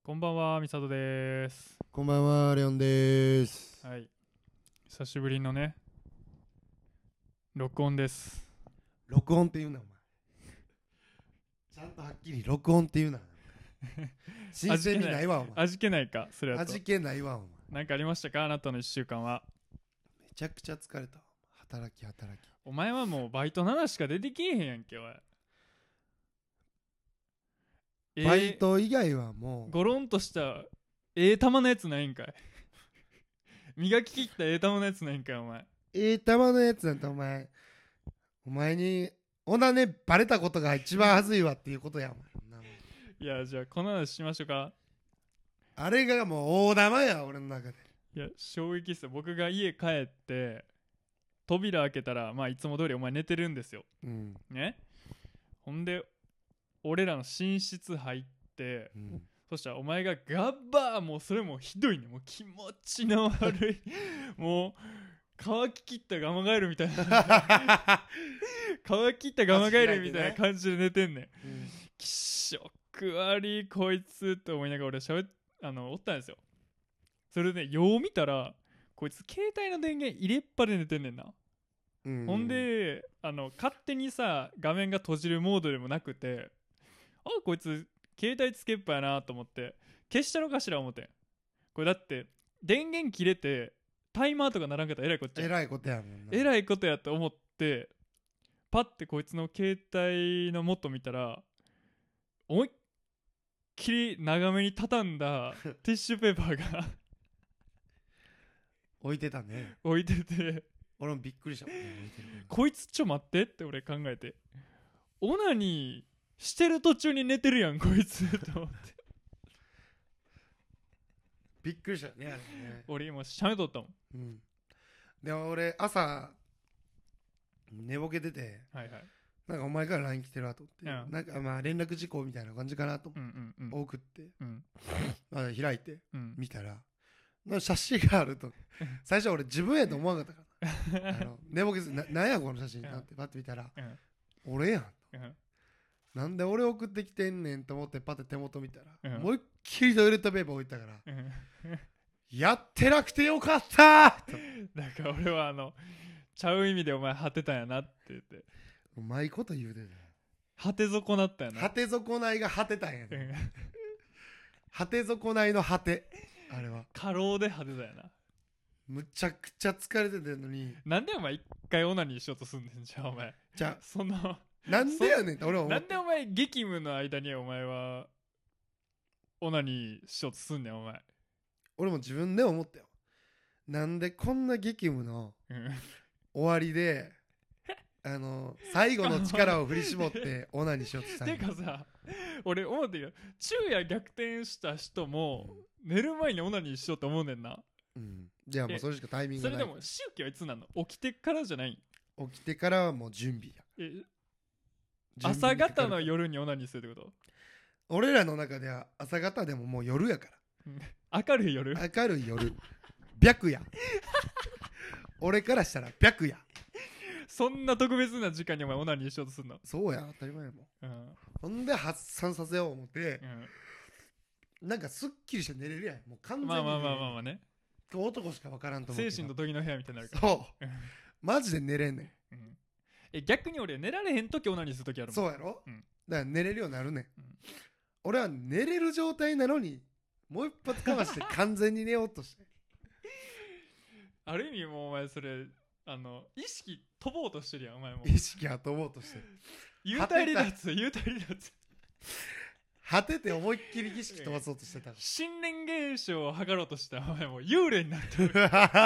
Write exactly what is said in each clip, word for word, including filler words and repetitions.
こんばんは、みさとです。 こんばんは、レオンです。 はい。久しぶりのね、録音です。 録音って言うな、お前。ちゃんとはっきり録音って言うな。新鮮にないわ、お前。 味気ないか、それはと。 味気ないわ、お前。 なんかありましたか、あなたのいっしゅうかんは。 めちゃくちゃ疲れた。働き、働き。 お前はもうバイトななしか出てけえへんやんけ、おい。えーバイト以外はもう、 ゴロンとしたええ玉のやつないんかい。磨き切ったええ玉のやつないんかい、お前。 ええ玉のやつなんて、お前。お前に、おなねバレたことが一番はずいわっていうことや、お前。そんなもんいや、じゃあこの話しましょうか。 あれがもう大玉や、俺の中で。 いや、衝撃っすよ。僕が家帰って、扉開けたら、まあいつも通りお前寝てるんですよ。 うん。 ね。ほんで、俺らの寝室入って、 うん、 そしたらお前がガッバー、もうそれもひどいね、もう気持ちの悪いもう乾ききったガマガエルみたいな乾ききったガマガエルみたいな感じで寝てんねん、うん、気色悪いこいつって思いながら俺しゃべっあのおったんですよ。それで、ね、よう見たらこいつ携帯の電源入れっぱで寝てんねんな、うん、ほんであの勝手にさ画面が閉じるモードでもなくて、あこいつ携帯つけっぱやなと思って消したのかしら思ってん。これだって電源切れてタイマーとかならんかったらえらいこっちゃ、 えらいことやもんな。 えらいことやと思ってパッてこいつの携帯の元見たら、思いっきり長めに畳んだティッシュペーパーが置いてたね。 置いてて、 俺もびっくりしたもんね。置いてるこいつちょ待ってって俺考えて、オナニーしてる途中に寝てるやんこいつと思ってびっくりしたね、あれね。 俺今しゃべとったもん。 うん。でも俺朝寝ぼけてて、 はいはい、 なんかお前から ライン 来てるわと思って、 うん、 なんかまあ連絡事項みたいな感じかなと思って、うんうんうん、送って、うん、まだ開いて、うん、見たらなんか写真があると最初俺自分やと思わなかったからあの寝ぼけずな、なんやこの写真なんてパッて見たら、うん、俺やん、うん、なんで俺送ってきてんねんと思ってパッて手元見たら、うん、もう一気りトイレットペーパー置いたから、うん、やってなくてよかっただから俺はあのちゃう意味でお前果てたんやなって言って、 うまいこと言うてた。 果て損なったんやな。 果て損ないが果てたんやね果て損ないの果て、あれは過労で果てたやな。 むちゃくちゃ疲れててんのに、 なんでお前一回オナニーしようとすんねん。じゃあお前じゃあそのなんでやねんって俺は思って、 なんでお前激務の間にお前はオナニーしようとすんねんお前。 俺も自分で思ったよ。なんでこんな激務の終わりであの最後の力を振り絞ってオナニーしようとしたんや。 てかさ、俺思ってる、昼夜逆転した人も寝る前にオナニーしようと思うねんな。 うん、じゃあもうそれしかタイミングがない。 それでも周期はいつなの？起きてからじゃない？ 起きてからはもう準備や。 え朝方の夜にオナニーするってこと？ 俺らの中では朝方でももう夜やから。 明るい夜？ 明るい夜。白や。俺からしたら白や。 そんな特別な時間にお前オナニーしようとすんの？ そうや、当たり前やもん、うん、ほんで発散させよう思って、うん、なんかすっきりして寝れるやん。もう完全に、まあまあまあまあまあね、男しか分からんと思う。 精神と時の部屋みたいになるから。 そうマジで寝れんねん、うん、 え逆に俺寝られへん時オナニーする時あるもん。 そうやろ、うん、だから寝れるようになるねん、うん、俺は寝れる状態なのにもう一発かまして完全に寝ようとしてある意味もうお前それあの意識飛ぼうとしてるやんお前も。 意識は飛ぼうとしてる。 幽体離脱幽体離脱果てて思いっきり意識飛ばそうとしてた。 心霊現象を図ろうとしたお前もう幽霊になってる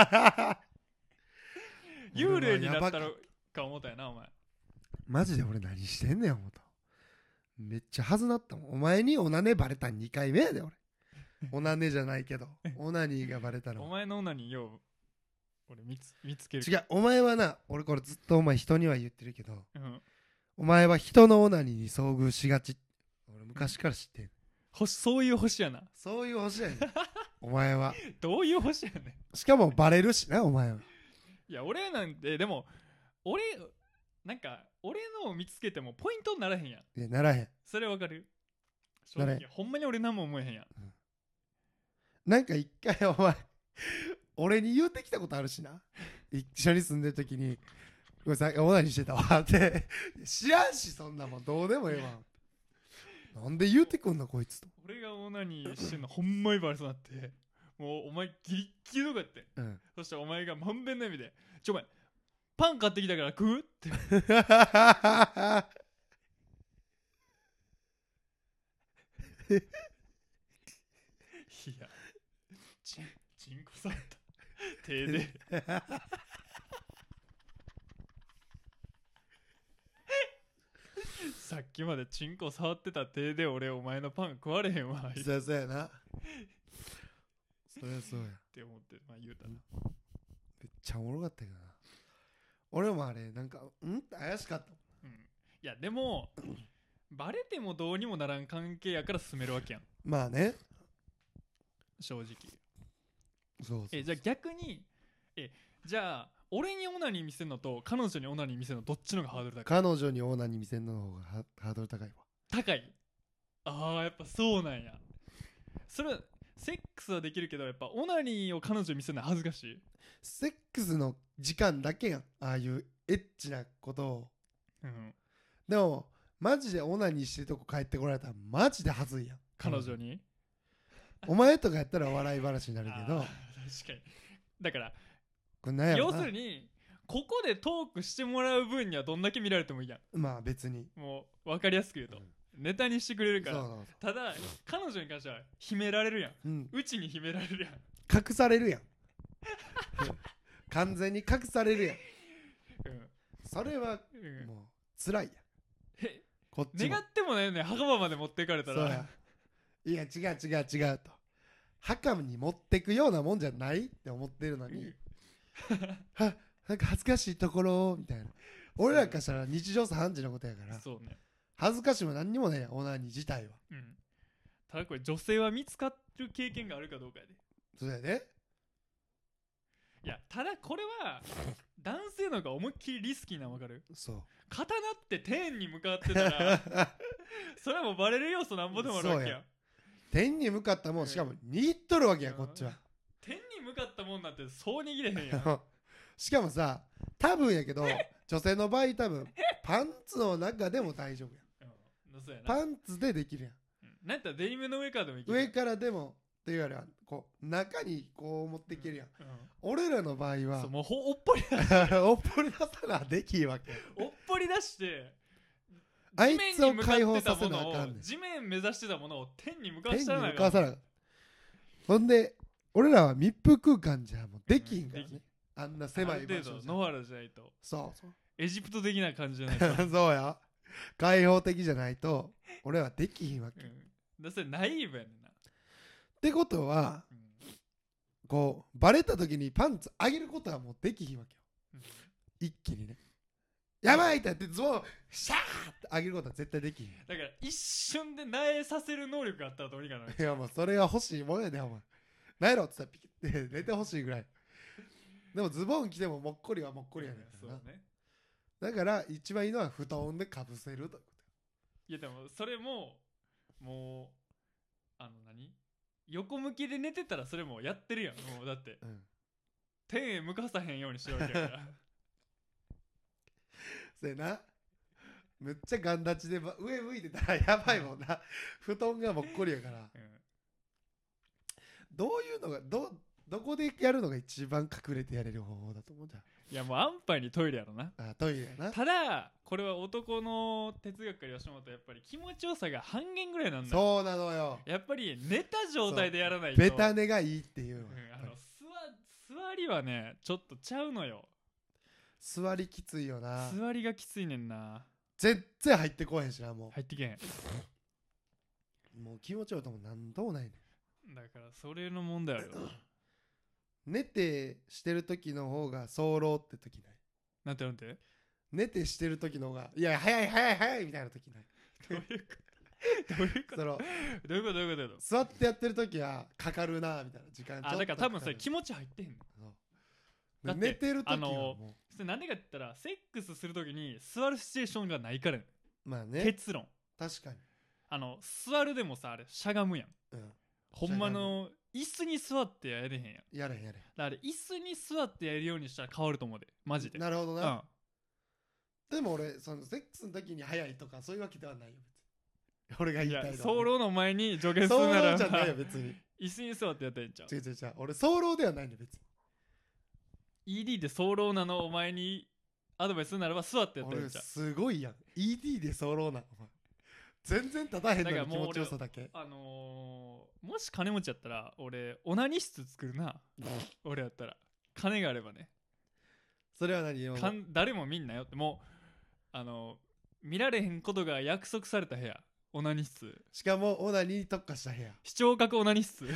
幽霊になったのか思ったよなお前。 マジで俺何してんねん思った。めっちゃはずなったもん。お前にオナネバレたにかいめやで俺オナネじゃないけどオナニーがバレたの。 お前のオナニーよう俺 見, つ見つける。 違う、お前はな、俺これずっとお前人には言ってるけど、うん、お前は人のオナニーに遭遇しがち。俺昔から知ってん。 星、そういう星やな。 そういう星やねんお前はどういう星やねん。 しかもバレるしなお前は。 いや俺なんてでも俺なんか俺のを見つけてもポイントにならへんやん。 いやならへん。 それわかる？正直ほんまに俺何も思えへんやん、 なんか一回お前俺に言うてきたことあるしな、一緒に住んでる時にごめんなさいオナニーしてたわって知らんしそんなもんどうでもええわなんで言うてくんのこいつと。 俺がオナニーしてんのほんまにバレそうになってもうお前ギリッギリとかやって、うん、そしたらお前がまんべんな意味でちょお前パン買ってきたから食うっていやチンチンコされた手でさっきまでチンコ触ってた手で俺お前のパン食われへんわ。 そうそうやなそりゃそうやって思ってまあ言うたな。 めっちゃおもろかったけどな。俺もあれなんかんって怪しかった、 うん、いやでもバレてもどうにもならん関係やから進めるわけやん。 まあね正直。 そうそうそう。 えじゃあ逆にえじゃあ俺にオナニー見せるのと彼女にオナニー見せるのどっちのがハードル高い？ 彼女にオナニー見せるの方がハードル高いわ。 高い。あーやっぱそうなんや。それセックスはできるけどやっぱオナニーを彼女に見せるのは恥ずかしい。 セックスの時間だけやんああいうエッチなことを、うん、でもマジでオナニーしてるとこ帰ってこられたらマジで恥ずいやん彼女に。 お前とかやったら笑い話になるけど確かにだからこれなんやろな、 要するにここでトークしてもらう分にはどんだけ見られてもいいやん。 まあ別にもう分かりやすく言うと、うん、ネタにしてくれるから。 そうそうそう。 ただ彼女に関しては秘められるやん、うん、うちに秘められるやん。 隠されるやん完全に隠されるやん、うん、それはもう辛いやん、うん、こっちも願ってもないよね。墓場まで持っていかれたらそうやいや違う違う違うと墓に持ってくようなもんじゃないって思ってるのにはなんか恥ずかしいところみたいな。俺らからしたら日常茶飯事のことやからそうね恥ずかしいも何にもないやんオナニー自体は、うん、 ただこれ女性は見つかる経験があるかどうかやで。 そうやで。 いやただこれは男性の方が思いっきりリスキーなの分かる。 そう刀って天に向かってたらそれはもうバレる要素なんぼでもあるわけや。 天に向かったもんしかも握っとるわけや、うん、こっちは。 天に向かったもんなんてそう握れへんやんしかもさ多分やけど女性の場合多分パンツの中でも大丈夫やん、うん、そうやなパンツでできるやん、 うん、なんやったらデニムの上からでもいける。 上からでもっていうよりはこう中にこう持っていけるやん、うんうん、俺らの場合はそうもうおっぽり出しておっぽり出さなできんわけおっぽり出してあいつを解放させなあかんねん。 地面目指してたものを天に向かしたらな天に向かさなほんで俺らは密封空間じゃもうできんからね、うん、あんな狭い場所じゃ野原じゃないと。 そうそうエジプト的な感じじゃないとそうや開放的じゃないと俺はできひんわけ、うん、 だそれナイーブやねんな。 ってことは、うん、こうバレた時にパンツ上げることはもうできひんわけよ、うん、一気にねやばいってやってズボンシャーって上げることは絶対できひん。 だから一瞬で苗させる能力があったらどうにかなる。 いやもうそれが欲しいもんやでお前何やろって言ったらピキッて寝てほしいぐらいでもズボン着てももっこりはもっこりやねんからな、ね、だから一番いいのは布団でかぶせるということ。 いやでもそれももうあの何横向きで寝てたらそれもやってるやんもうだって、うん、天へ向かさへんようにしてるわけやからそうやなめっちゃガン立ちで上向いてたらやばいもんな布団がもっこりやから、うん、どういうのがどどこでやるのが一番隠れてやれる方法だと思うんだ。 いやもう安牌にトイレやろな。 あトイレやな。 ただこれは男の哲学から言わせてもらうとやっぱり気持ちよさが半減ぐらいなんだ。 そうなのよ。 やっぱり寝た状態でやらないとベタ寝がいいっていう、うん、 あの座座りはねちょっとちゃうのよ。 座りきついよな。 座りがきついねんな。 全然入ってこへんしな。もう入ってけへんもう気持ちよいともなんともないねん。だからそれの問題あるよ寝てしてる時の方が早漏って時ない。 なんてなんて寝てしてる時の方がいや早い早い早いみたいな時ない。 どういうことどういうことどういうことどういうこと座ってやってる時はかかるなみたいな時間ちょっとかかる。 あだから多分それ気持ち入ってへんの。 だって寝てる時はもうなんでかって言ったらセックスする時に座るシチュエーションがないからね。 まあね結論確かにあの座るでもさあれしゃがむやん、うん、ほんまの椅子に座ってやれへんやん。 やれへんやれへん。 だから椅子に座ってやるようにしたら変わると思うで、マジで。 なるほどな、 うん、 でも俺そのセックスの時に早いとかそういうわけではないよ別に。俺が言いたいのは、ね、 早漏の前に助言するなら早漏じゃないよ別に。 椅子に座ってやったらいいんちゃう。 違う違う違う、俺早漏ではないんだよ別に。 イーディー で早漏なのお前にアドバイスするならば座ってやったらいいん俺ちゃう。 すごいやん イーディー で早漏なお前全然立たへんのに気持ちよさだけ。 あのー、もし金持ちやったら俺オナニ室作るな俺やったら金があればね。 それは何よ、 かん誰も見んなよって、もうあのー、見られへんことが約束された部屋、オナニ室。 しかもオナニーに特化した部屋視聴覚オナニ室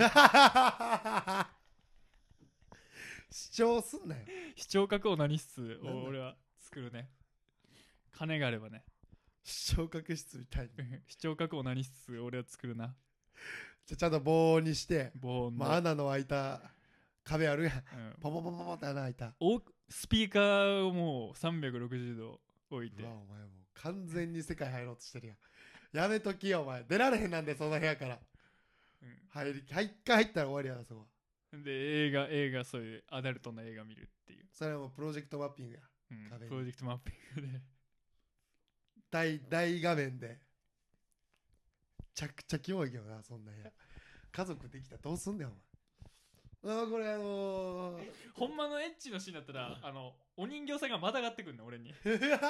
視聴すんなよ。 視聴覚オナニ室を俺は作るね、金があればね。 視聴覚室みたいに視聴覚オナニ室俺は作るな。 じゃちゃんと棒にして棒の、 まあ、穴の開いた壁あるやん、うん、ポポポポポって穴開いたおスピーカーをもうさんびゃくろくじゅうど置いて。 うわお前もう完全に世界入ろうとしてるやん。やめときよお前、出られへんなんでその部屋から、うん、入り一回入ったら終わりやなそこは。 で映画映画そういうアダルトな映画見るっていう。 それはもうプロジェクトマッピングや、 うん、プロジェクトマッピングで大大画面で。めちゃくちゃキモいけどなそんな部屋。家族できたらどうすんだよお前。あこれあのー、 ほんまのエッチのシーンだったらあのお人形さんがまたがってくんね俺に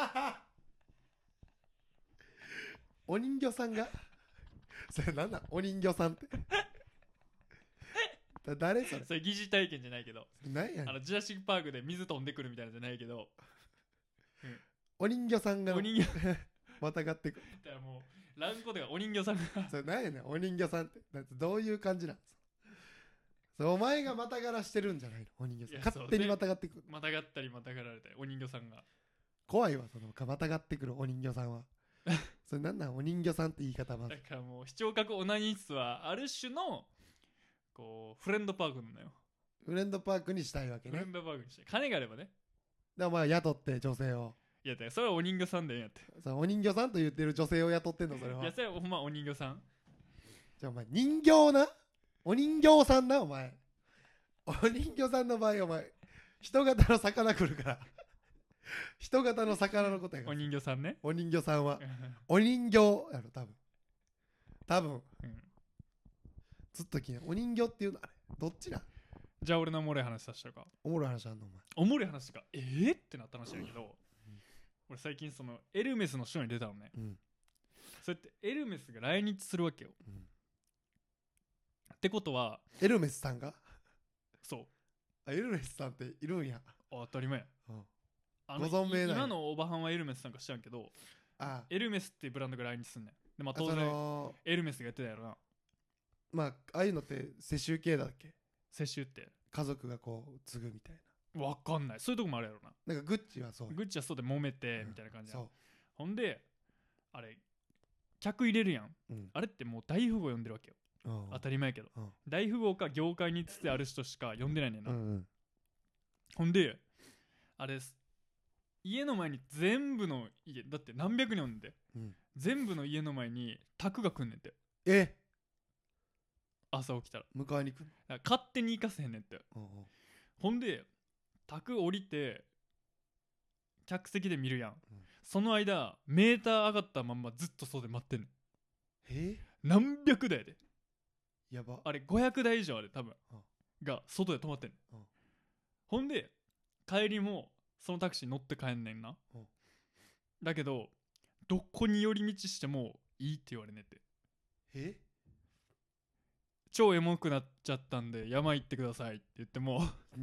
お人形さんがそれなんだお人形さんって誰それ。 それ疑似体験じゃないけど、 何やねん。 あのジュラシックパークで水飛んでくるみたいなじゃないけど、 うん、お人形さんがお人形またがってくる。 だからもうランコとかお人形さんがそれ何やねんお人形さんって。だってどういう感じなんですか。それお前がまたがらしてるんじゃないのお人形さん。勝手にまたがってくる。 またがったりまたがられたりお人形さんが怖いわそのまたがってくるお人形さんはそれなんなんお人形さんって言い方まず。 だからもう視聴覚オナニ室はある種のこうフレンドパークなのよ。 フレンドパークにしたいわけね。 フレンドパークにしたい。金があればね。 でお前雇って女性を。 いやだからそれはお人形さんでええんやって。 そお人形さんと言ってる女性を雇ってんのそれは。 いやそれはほんまお人形さん。 じゃあお前人形なお人形さんなお前。お人形さんの場合お前人型の魚来るから人型の魚のことやから。 お人形さんね。 お人形さんはお人形やろ多分多分、うん、ずっと気になる。お人形っていうのあれどっちだ。 じゃあ俺のおもろい話させたか。 おもろい話あんのお前。 おもろい話かえー、ってなった話だけど、うん、俺最近そのエルメスのショーに出たのね、うん、そうやってエルメスが来日するわけよ、うん、ってことはエルメスさんがそうあエルメスさんっているんや。 あ当たり前や、うん、あのご存命ない。 今のおばはんはエルメスさんか知らんけど、ああエルメスっていうブランドが来日すんねん。でまあ当然エルメスがやってたやろな。 まあああいうのって世襲系だっけ。 世襲って家族がこう継ぐみたいな。わかんない。そういうとこもあるやろな。 なんかグッチはそう。 グッチはそうで揉めてみたいな感じや、 うん、そうほんであれ客入れるやん、うん、あれってもう大富豪呼んでるわけよ、うん、当たり前やけど、うん、大富豪か業界につてある人しか呼んでないねんな、うんうん、ほんであれ家の前に全部の家だって何百人おんで、うん、全部の家の前に宅が来んねんて。 え朝起きたら迎えに来るの勝手に行かせへんねんって、うんうん、ほんで宅降りて客席で見るやん、うん、その間メーター上がったまんまずっと外で待ってんねん。 え何百台でやばあれごひゃくだい以上あれ多分、うん、が外で止まってんねん、うん、ほんで帰りもそのタクシー乗って帰んねんな、うん、だけどどこに寄り道してもいいって言われねって。 え超エモくなっちゃったんで山行ってくださいって言っても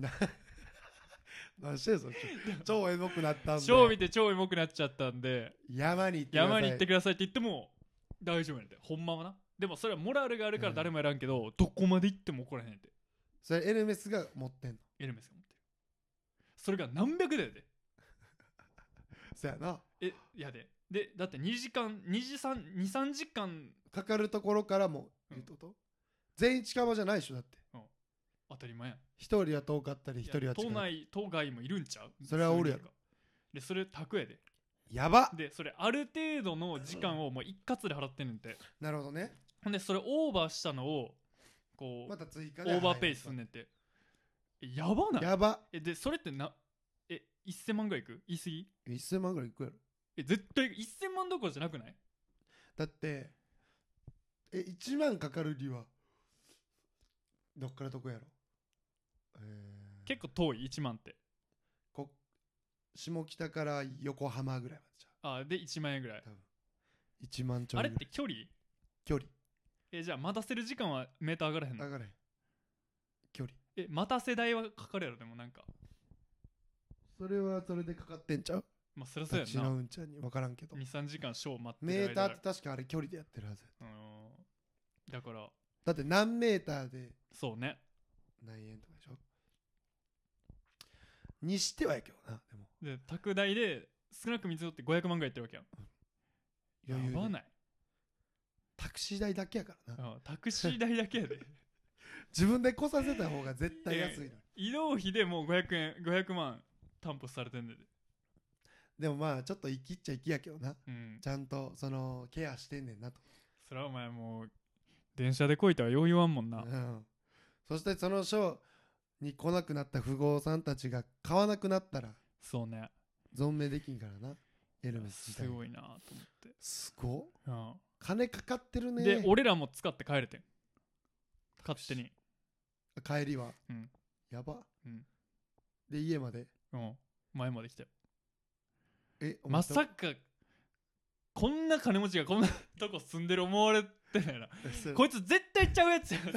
何してんそれ超エモくなったんで超見て超エモくなっちゃったんで山に行ってください山に行ってくださいって言っても大丈夫やねんて。ほんまはな。でもそれはモラルがあるから誰もやらんけど、うん、どこまで行っても怒らへんねんて。 それエルメスが持ってんの。 エルメスが持ってる。それが何百台でそやな。 えいやででだってにじかんにじさん にさんじかんかかるところからも言うこと、うん、全員近場じゃないでしょだって、うん、 当たり前やん。 一人は遠かったり一人は近い。 都内都外もいるんちゃう。 それはおるやろ。 でそれ宅やでやばでそれある程度の時間をもう一括で払ってんねんて。 なるほどね。 ほんでそれオーバーしたのをこうまた追加オでーバーペイすんねんて。えやばない？ やば。 えでそれってなえいっせんまんぐらいいく？言い過ぎ？ いっせんまんぐらいいくやろ。 え絶対いっせんまんどころじゃなくない？ だってえいちまんかかる理由はどっからどこやろ。えー、 結構遠いいちまんって。 こ下北から横浜ぐらいまでじゃあでいちまんえんぐらい多分いちまんちょいぐらい。 あれって距離距離えじゃあ待たせる時間はメーター上がらへんの？ 上がれへん距離。 え待たせ代はかかるやろ。でもなんかそれはそれでかかってんちゃう。 まあそりゃそうやん違な。 うんちゃうに分からんけどにさんじかんショー待ってメる間ーターって確かあれ距離でやってるはず。 うんだからだって何メーターでそうね何円とかでしょにしてはやけどな。でもで宅代で少なく水取ってごひゃくまんぐらいいってるわけやん。 余裕でやばない？ タクシー代だけやからな。 うんタクシー代だけやで自分で来させた方が絶対安いのに。 移動費でもうごひゃくえんごひゃくまん担保されてんねんで。 でもまあちょっと生きっちゃ生きやけどな、 うん、 ちゃんとそのケアしてんねんなと。 それはお前もう電車で来いとはよう言わんもんな、 うん、そしてそのショーに来なくなった富豪さんたちが買わなくなったらそうね存命できんからな。エルメス自体すごいなと思ってすごっ、 うん、 金かかってるね。 で俺らも使って帰れてん勝手に帰りは、 うん、 やば、 うん、 で家まで、 うん、前まで来たよ。 えまさかこんな金持ちがこんなとこ住んでる思われてないなこいつ絶対ちゃうやつや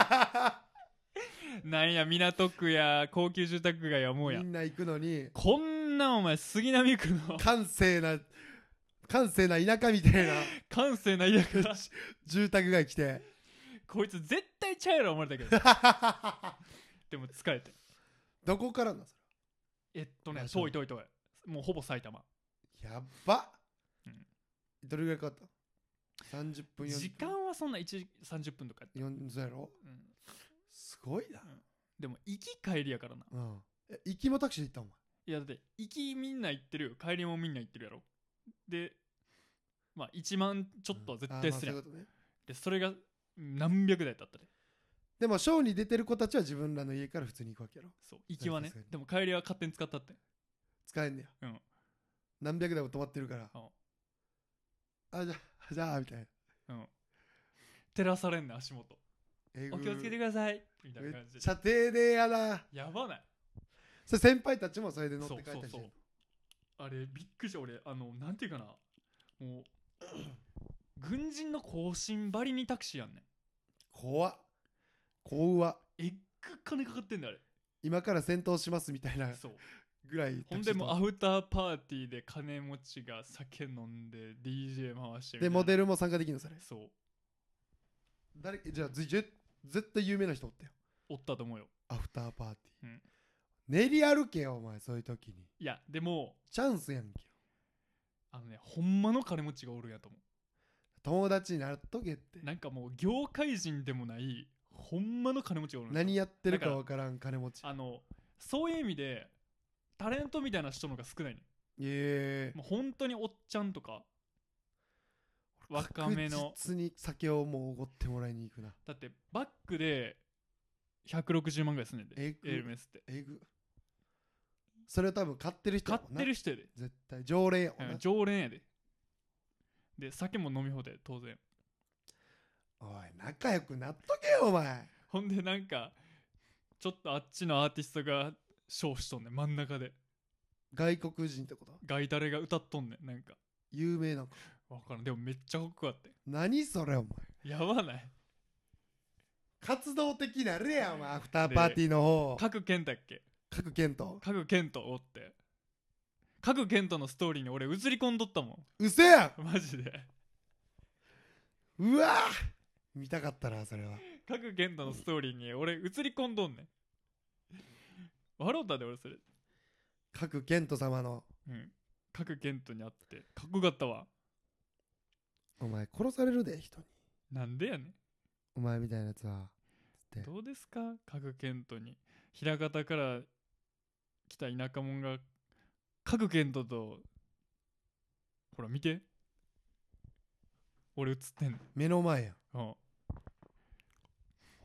なんや港区や高級住宅街はもうやみんな行くのにこんなお前杉並区の閑静な閑静な田舎みたいな閑静な田舎住宅街来てこいつ絶対ちゃうやろ思われたけどでも疲れてどこからなんそれえっとね遠い遠い遠いもうほぼ埼玉。 やっば、 うん、 どれぐらいかかったさんじゅっぷんよんじゅっぷん時間はそんないちじさんじゅっぷんとかやったよんじゅうやろ、うん、すごいな、うん、 でも行き帰りやからな、 うん、え行きもタクシーで行ったお前。 いやだって行きみんな行ってるよ帰りもみんな行ってるやろ。でまあいちまんちょっとは絶対するやん、うんまあそういうことね、でそれが何百台だったで。 でもショーに出てる子たちは自分らの家から普通に行くわけやろ。 そう行きはね。でも帰りは勝手に使ったって使えんねや、うん、何百台も止まってるから、うん、あじゃあじゃあみたいな、うん、 照らされんね足元お気をつけてくださいみたいな感じで。 めっちゃ丁寧やな。 やばないそれ先輩たちもそれで乗って帰ったりしてる。そうそうそうあれびっくりした俺あのなんていうかなもう軍人の行進ばりにタクシーやんねん。 怖っ怖っえっぐ金かかってんだあれ。 今から戦闘しますみたいなそうぐらい。 ほんでもアフターパーティーで金持ちが酒飲んで ディージェー 回してみたいな。 でモデルも参加できるのそれ。 そう誰じゃあ絶対有名な人おったよ。 おったと思うよアフターパーティー、うん、練り歩けよお前そういう時に。 いやでもチャンスやんけよ。 あのねほんまの金持ちがおるんやと思う。 友達になっとけって。 なんかもう業界人でもないほんまの金持ちがおるん。 何やってるか分からん金持ち。 あのそういう意味でタレントみたいな人の方が少ないね。 ええー、 もう本当におっちゃんとか若めの確実に酒をもうおごってもらいに行くな。 だってバッグでひゃくろくじゅうまんぐらいすんねんでエルメスって。 えぐそれを多分買ってる人やもんな。買ってる人やで絶対常連やもんな、 うん、常連やで。で酒も飲み放題当然。 おい仲良くなっとけよお前。 ほんでなんかちょっとあっちのアーティストがショーしとんねん真ん中で。 外国人ってこと？ ガイタレが歌っとんねん。なんか有名なのか分からん。でもめっちゃかっこよかった。 何それお前やばない？ 活動的なれやお前。アフターパーティーの方各県だっけ。 各県と各県とおって各県とのストーリーに俺映り込んどったもん。 うせやんマジで。 うわ見たかったなそれは。 各県とのストーリーに俺映り込んどんねん。笑うたで俺それ。 各ケント様の、 うん、各ケントに会ってかっこよかったわ。 お前殺されるで人に。 なんでやねんお前みたいなやつは。 どうですか各ケントに枚方から来た田舎者が各ケントとほら見て俺映ってんの目の前やん。 うん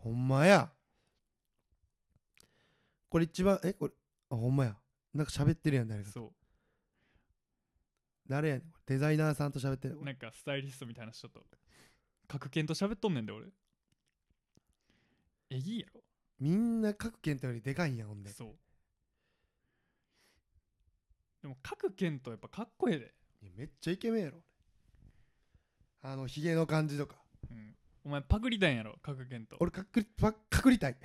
ほんまや。これ一番えこれあほんまや。なんか喋ってるやん誰か。 そう誰やねん。デザイナーさんと喋ってる。 なんかスタイリストみたいな人と角健と喋っとんねんで俺。えぎいやろ。 みんな各県とよりでかいんやほんで。 そうでも角健とやっぱかっこええで。 いやめっちゃイケメンやろ。あのヒゲの感じとか。 うん、お前パクりたいんやろ角健と。 俺かくりパかくりたい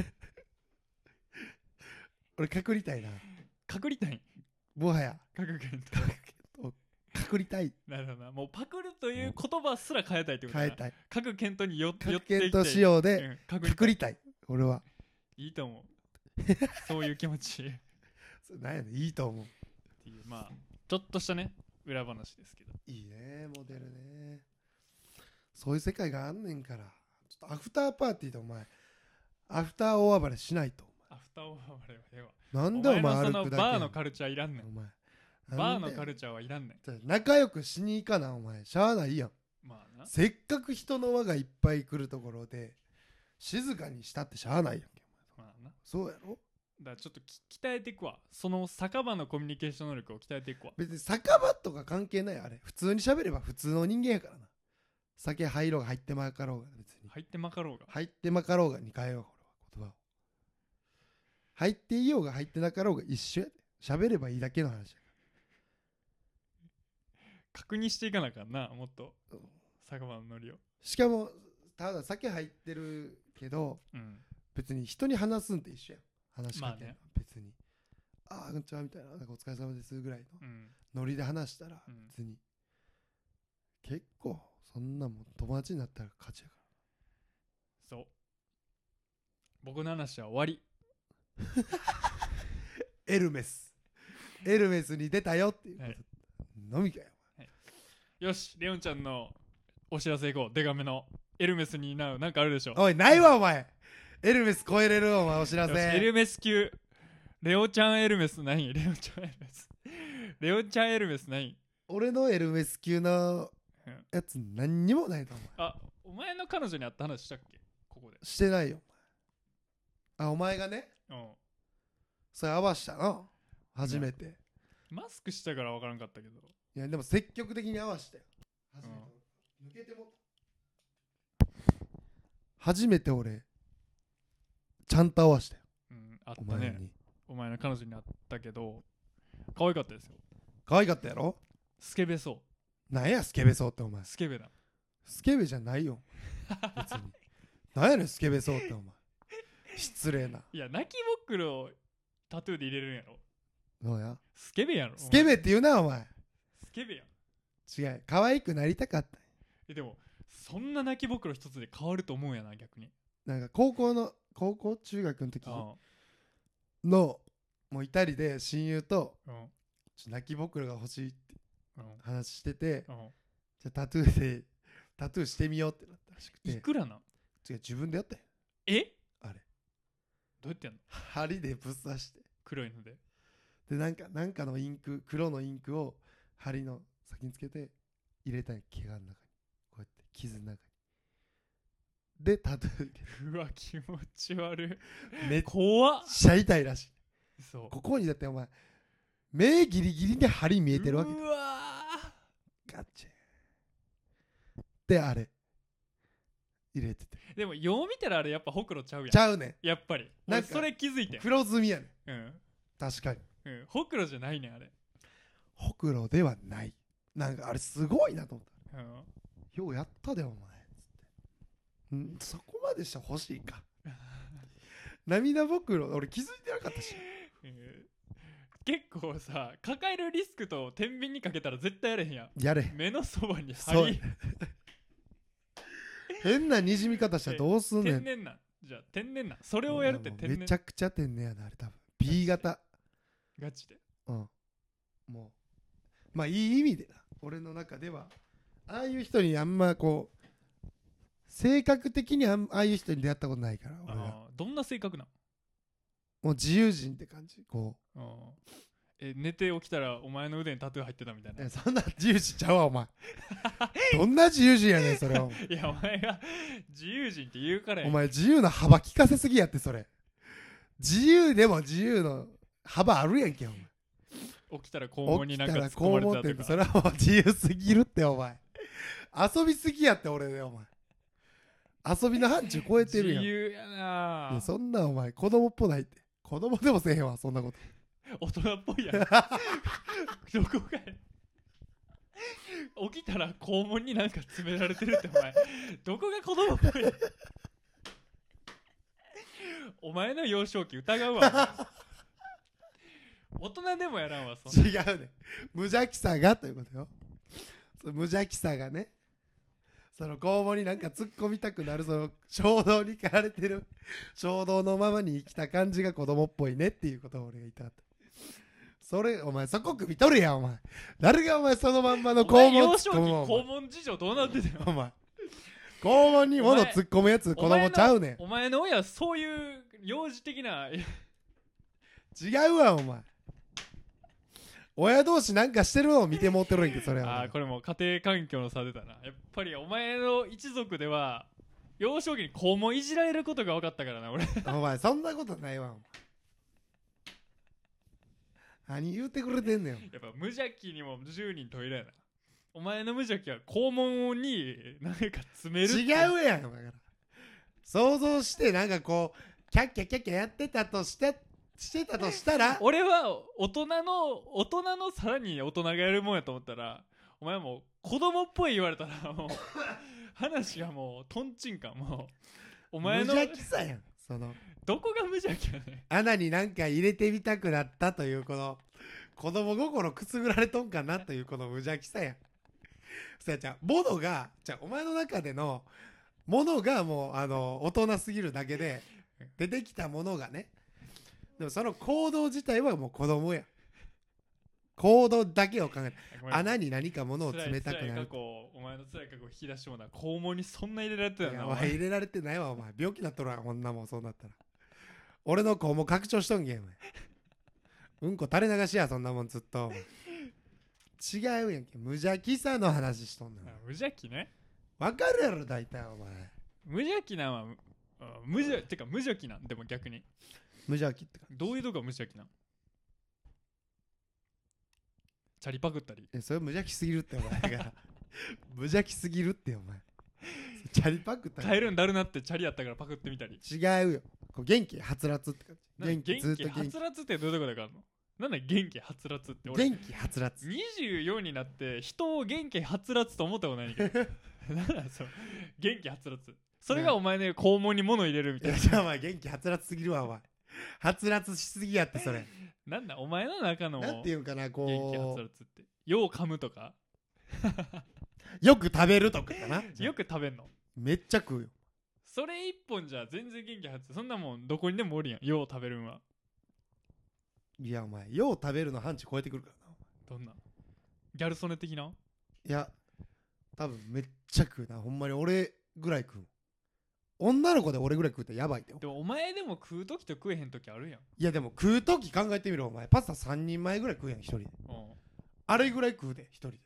俺かくりたいな。 かくりたいもはや角健とかくりたい。 なるほどな。もうパクるという言葉すら変えたいってことだ。 変えたい。 角健とによ角健と仕様で、うん、かくりたい。俺はいいと思うそういう気持ちなんやねんいいと思うっていう、まあちょっとしたね裏話ですけど。 いいねモデルね。そういう世界があんねんから。ちょっとアフターパーティーでお前アフター大暴れしないと。 アフター大暴れはではなんでお前歩くだけ。お前のそのバーのカルチャーいらんねん。お前バーのカルチャーはいらんねん。 仲良くしに行かなお前。しゃあないやん。 まあな。 せっかく人の輪がいっぱい来るところで静かにしたってしゃあないやんけ。 まあな。 そうやろ。 だからちょっと鍛えていくわ。その酒場のコミュニケーション能力を鍛えていくわ。 別に酒場とか関係ないあれ。普通に喋れば普通の人間やからな。酒入ろうが入ってまかろうが別に。 入ってまかろうが。 入ってまかろうがに変えようこれは言葉を。入っていようが入ってなかろうが一緒やで。喋ればいいだけの話や。 確認していかなあかんなもっと、うん、酒場のノリを。しかもただ酒入ってるけど、うん、別に人に話すんって一緒やん。話しかけるの、まあね、別にああこんにちはみたいな、なんかお疲れ様ですぐらいの、うん、ノリで話したら別に、うん、結構そんなもん友達になったら勝ちやから。 そう僕の話は終わりエルメスエルメスに出たよっていうこと、はい、のみかよ、 はい、よしレオンちゃんのお知らせいこう。デカめのエルメスになるなんかあるでしょ。 おいないわお前エルメス超えれるお前お知らせ。 エルメス級レオちゃんエルメスないレオちゃんエルメスレオちゃんエルメスない俺のエルメス級のやつ何にもないと思う。 あお前の彼女に会った話したっけここで。 してないよ。あお前がね、うんそれ合わしたな初めて。 マスクしたから分からんかったけど。 いやでも積極的に合わしたよ初めて、うん、抜けても初めて俺ちゃんと合わしたよ、 うん、あったね。お前の彼女に会ったけど可愛かったですよ。 可愛かったやろ。 スケベそう。 なんやスケベそうってお前。 スケベだ。 スケベじゃないよ別に。なんやねんスケベそうってお前。失礼な。 いや泣きぼくろタトゥーで入れるんやろ。 どうやスケベやろ。 スケベって言うなお前。 スケベやん。違う可愛くなりたかった。 えでもそんな泣きぼくろ一つで変わると思うやな逆に。 なんか高校の高校中学の時のもうイタリで親友と、うん、ちょ泣きぼくろが欲しいって話してて、うん、じゃタトゥーでタトゥーしてみようってなったらしくて。 いくらなん。 違う自分でやったよ。 えあれどうやってやんの。 針でぶっ刺して黒いのででなんかなんかのインク黒のインクを針の先につけて入れたい怪我の中にこうやって傷の中にでタトゥー。 うわ気持ち悪い。 めっ怖っちゃ痛いらしい。 そうここにだってお前目ギリギリで針見えてるわけだ。 うわガチェであれ入れてて。 でもよう見たらあれやっぱほくろちゃうやん。 ちゃうねんやっぱり。なんかそれ気づいてん。 黒ずみやねん。うん確かに、 うん、ほくろじゃないねんあれ。 ほくろではない。なんかあれすごいなと思った、うん、ようやったでお前つってんそこまでして欲しいか涙ぼくろ俺気づいてなかったし、うん、 結構さ抱えるリスクと天秤にかけたら絶対やれへんやん。 やれ目のそばに針変なにじみ方したらどうすんねん。 天然なんじゃあ天然なんそれをやるって天然。 めちゃくちゃ天然やなあれ多分 B 型ガチで。 うんもうまあいい意味でな俺の中ではああいう人にあんまこう性格的にああいう人に出会ったことないから俺は。 どんな性格なの。 もう自由人って感じこう。 え寝て起きたらお前の腕にタトゥー入ってたみたいな。 そんな自由人ちゃうわお前どんな自由人やねんそれは。 いやお前が自由人って言うからや。 お前自由な幅利かせすぎやって。それ自由でも自由の幅あるやんけお前。 起きたら肛門になんか突っ込まれてたとか。 それはもう自由すぎるってお前。遊びすぎやって俺でお前。遊びの範疇超えてるやん。 自由やな。 いやそんなお前子供っぽないって。子供でもせえへんわそんなこと。 大人っぽいやんどこがや起きたら肛門になんか詰められてるってお前どこが子供っぽいやんお前の幼少期疑うわ大人でもやらんわそんな。 違うね無邪気さがということよ。その無邪気さがね、その肛門になんか突っ込みたくなるその衝動に駆られてる衝動のままに生きた感じが子供っぽいねっていうことを俺が言いたかった。それお前そこ首取るやんお前。誰がお前そのまんまの肛門突っ込むの。 肛門事情どうなってたよお前。肛門に物突っ込むやつ子供ちゃうねん。 お前の親はそういう幼児的な違うわお前。親同士なんかしてるのを見てもってるんけそれは。 ああこれも家庭環境の差出たな。やっぱりお前の一族では幼少期に肛門いじられることが分かったからな俺お前そんなことないわお前。何言うてくれてんねん。やっぱ無邪気にもじゅうにんトイレやな。お前の無邪気は肛門になんか詰める違うやんだから想像してなんかこうキャッキャキャッキャやってたとしてしてたとしたら俺は大人の大人のさらに大人がやるもんやと思ったらお前もう子供っぽい言われたらもう話がもうトンチンカン。もうお前の無邪気さやん。そのどこが無邪気やねん。 穴になんか入れてみたくなったというこの子供心くすぐられとんかなというこの無邪気さやん。そやじゃあ物がじゃあお前の中での物がもうあの大人すぎるだけで出てきたものがね。でもその行動自体はもう子供や。行動だけを考えて穴に何か物を詰めたくなる。 お前の辛い過去を引き出しもな肛門にそんな入れられてたよな。 いやお前入れられてないわお前。病気なっとるわこんなもん。そうなったら俺の肛門拡張しとんけんお前。うんこ垂れ流しやそんなもんずっと。違うやんけ。無邪気さの話しとんの。 無邪気ね。 わかるやろ大体お前。 無邪気なんは無邪てか無邪気なん。でも逆に無邪気ってかどういうとこが無邪気なん。チャリパクったり。 えそれ無邪気すぎるってお前が無邪気すぎるってお前。チャリパクったり帰るんだるなってチャリやったからパクってみたり。 違うよ。こう元気はつらつって感じ。 元気ずっと元気はつらつってどういうとこでかあるの。なんだ元気はつらつって。 俺元気はつらつにじゅうよんになって人を元気はつらつと思ったことないんだけどなんだその元気はつらつ。それがお前ね肛門に物入れるみたいな。 いやお前元気はつらつすぎるわお前。はつらつしすぎやってそれ。 なんだお前の中のなんていうんかなこう元気はつらつってよう噛むとかよく食べるとかかな。 よく食べんの。 めっちゃ食うよ。 それ一本じゃ全然元気はつ。そんなもんどこにでもおるやん。よう食べるんは。 いやお前よう食べるの範疇超えてくるからな。 どんなギャル曽根的な。 いや多分めっちゃ食うな。ほんまに俺ぐらい食う。女の子で俺ぐらい食うってやばいって。 でもお前でも食う時と食えへん時あるやん。 いやでも食う時考えてみろお前。パスタさんにんまえぐらい食うやん一人で。あれぐらい食うで一人で。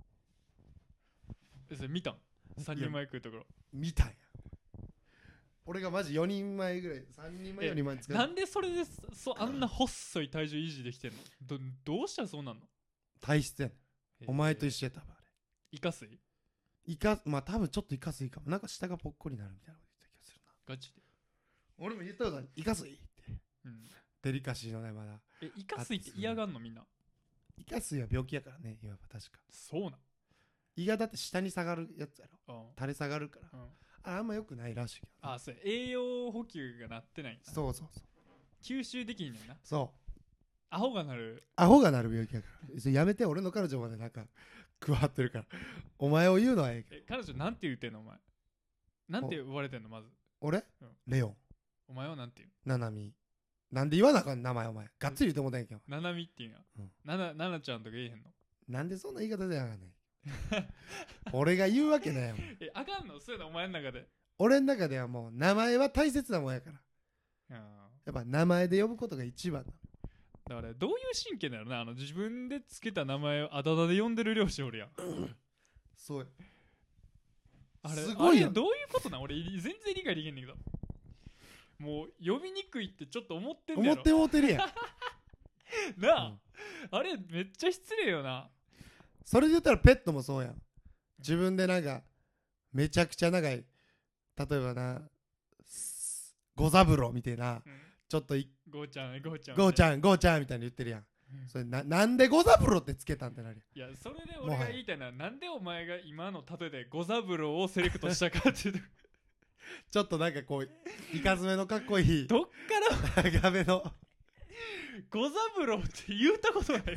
それ見たんさんにんまえ食うところ。 見たんや。俺がマジよにんまえぐらいさんにんまえよにんまえ使う。 なんでそれでそあんな細い体重維持できてんの。 ど, どうしたらそうなんの。 体質やねん。お前と一緒やったわあれ。 イカ水イカまあ多分ちょっとイカ水かも。なんか下がぽっこりになるみたいなこと言った気がするな。 ガチで。 俺も言ったことある。イカ水って、うん、デリカシーのねまだ。 えイカ水って嫌がんのみんな。 イカ水は病気やからねいわば。確かそうなん。 胃がだって下に下がるやつやろ。垂れ下がるから、うん、あ, あんま良くないらしいけど、ね、あそう栄養補給がなってないんだ。 そうそうそう吸収できんねんな。 そうアホがなるアホがなる病気やからそれやめて。俺の彼女までなんか加わってるからお前を言うのはええけど。 え彼女なんて言ってんのお前。なんて呼ばれてんのまず。 俺、うん、レオン。 お前はなんて言う。 ナナミ。なんで言わなあかん名前お前。がっつり言うてもたんやけど。 ナナミって言うんや、うん、ナナナナちゃんとか言えへんの。 なんでそんな言い方であかんねん俺が言うわけないもん。 えあかんのそういうのお前の中で。 俺の中ではもう名前は大切なもんやから。やっぱ名前で呼ぶことが一番だ。 だからどういう神経なのな、あの自分でつけた名前をあだ名で呼んでる漁師おるやんそうや、 あれすごいやん。 あれどういうことなん、俺全然理解できんねんけど、もう呼びにくいってちょっと思ってんねやろ思って思ってるやんなあ、 うんあれめっちゃ失礼よな。 それで言ったらペットもそうやん。自分でなんかめちゃくちゃ長い、例えばなゴザブロみたいな、 うん、 ちょっといゴーちゃんゴーちゃんゴーちゃんゴーちゃんみたいに言ってるやん、 うん、 それななんでゴザブロってつけたんってなるやん。いやそれで俺が言いたいのは、なんでお前が今の例えでゴザブロをセレクトしたかっていうとちょっとなんかこういかずめのかっこいいどっから長めのゴザブロって言うたことない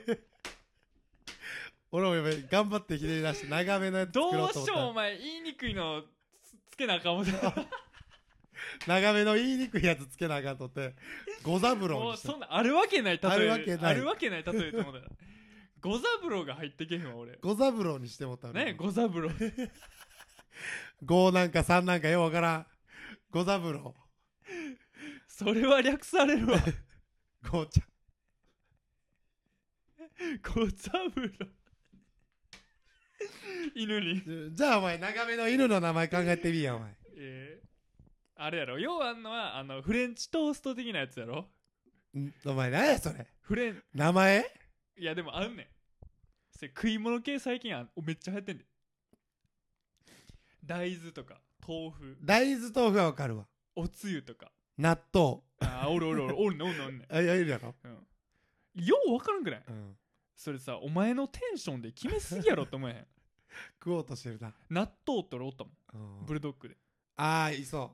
俺もやっぱり頑張ってひねり出して長めのやつ作ろうと思ったどうしようお前言いにくいのつつけなあかん思って長めの言いにくいやつつけなあかんとってゴザブロもうにしたそんなあるわけない例えあるわけないあるわけない例えって思ったらゴザブロが入ってけへんわ俺。 ゴザブロにしてもったねゴザブロごなんかさんなんかようわからんゴザブロそれは略されるわゴーちゴザブロ犬にゃんじゃあお前長めの犬の名前考えてみやお前えー、あれやろ、要はあんのはあのフレンチトースト的なやつやろ。 んお前何やそれフレン名前いやでもあんねん、それ食い物系最近あんめっちゃ流行ってんで。大豆とか豆腐、 大豆豆腐はわかるわ、 おつゆとか、 納豆あーおるおるおるおるねおるねおるねあいやいるやろ、 うん、よう分からんくない、 うん、 それさお前のテンションで決めすぎやろって思えへん食おうとしてるな、 納豆って俺おったもん、 うん、 ブルドッグで。 ああいそう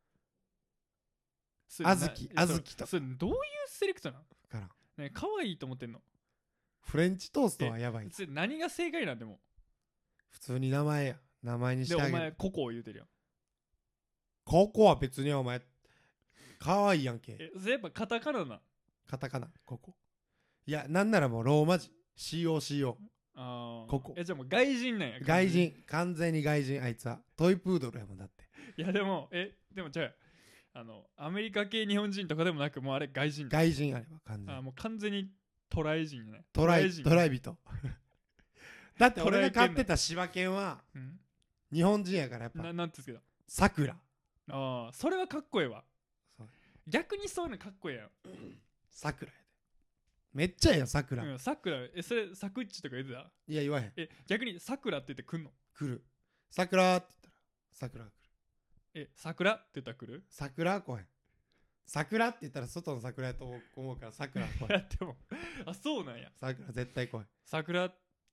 それな小豆小豆とそそれどういうセレクトなのからんね、可愛いと思ってんの。 フレンチトーストはやばい、 それ何が正解なんでも。 普通に名前や名前にしでおてあげる。 前ココを言うてるやん。 ここは別にお前かわいいやんけ、 えそれやっぱカタカナな。 カタカナここいやなんならもうローマ字 シーオーシーオーあーココえじゃあもう外人なんや。 外人完全に外人あいつはトイプードルやもんだっていやでもえでもじゃああのアメリカ系日本人とかでもなくもうあれ外人だ。 外人あれば完全にあもう完全にトライ人ね。 トライ人トライ人だって俺がトライ飼ってた柴犬はうん日本人やからやっぱななんて言うんですさくらけど、ああそれはかっこええわ。 そう逆にそういうのかっこええやん。 さくらやでめっちゃええよさくら、 うん、さくらえそれサクッチとか言ってた。 いや言わへんえ逆にさくらって言ってくんの。 来るさくらって言ったらさくらが来るえ桜って言ったら来る。 さくらは来へん桜って言ったら外の桜やと思うから桜は来いへんやでもあそうなんや。 桜絶対来へん桜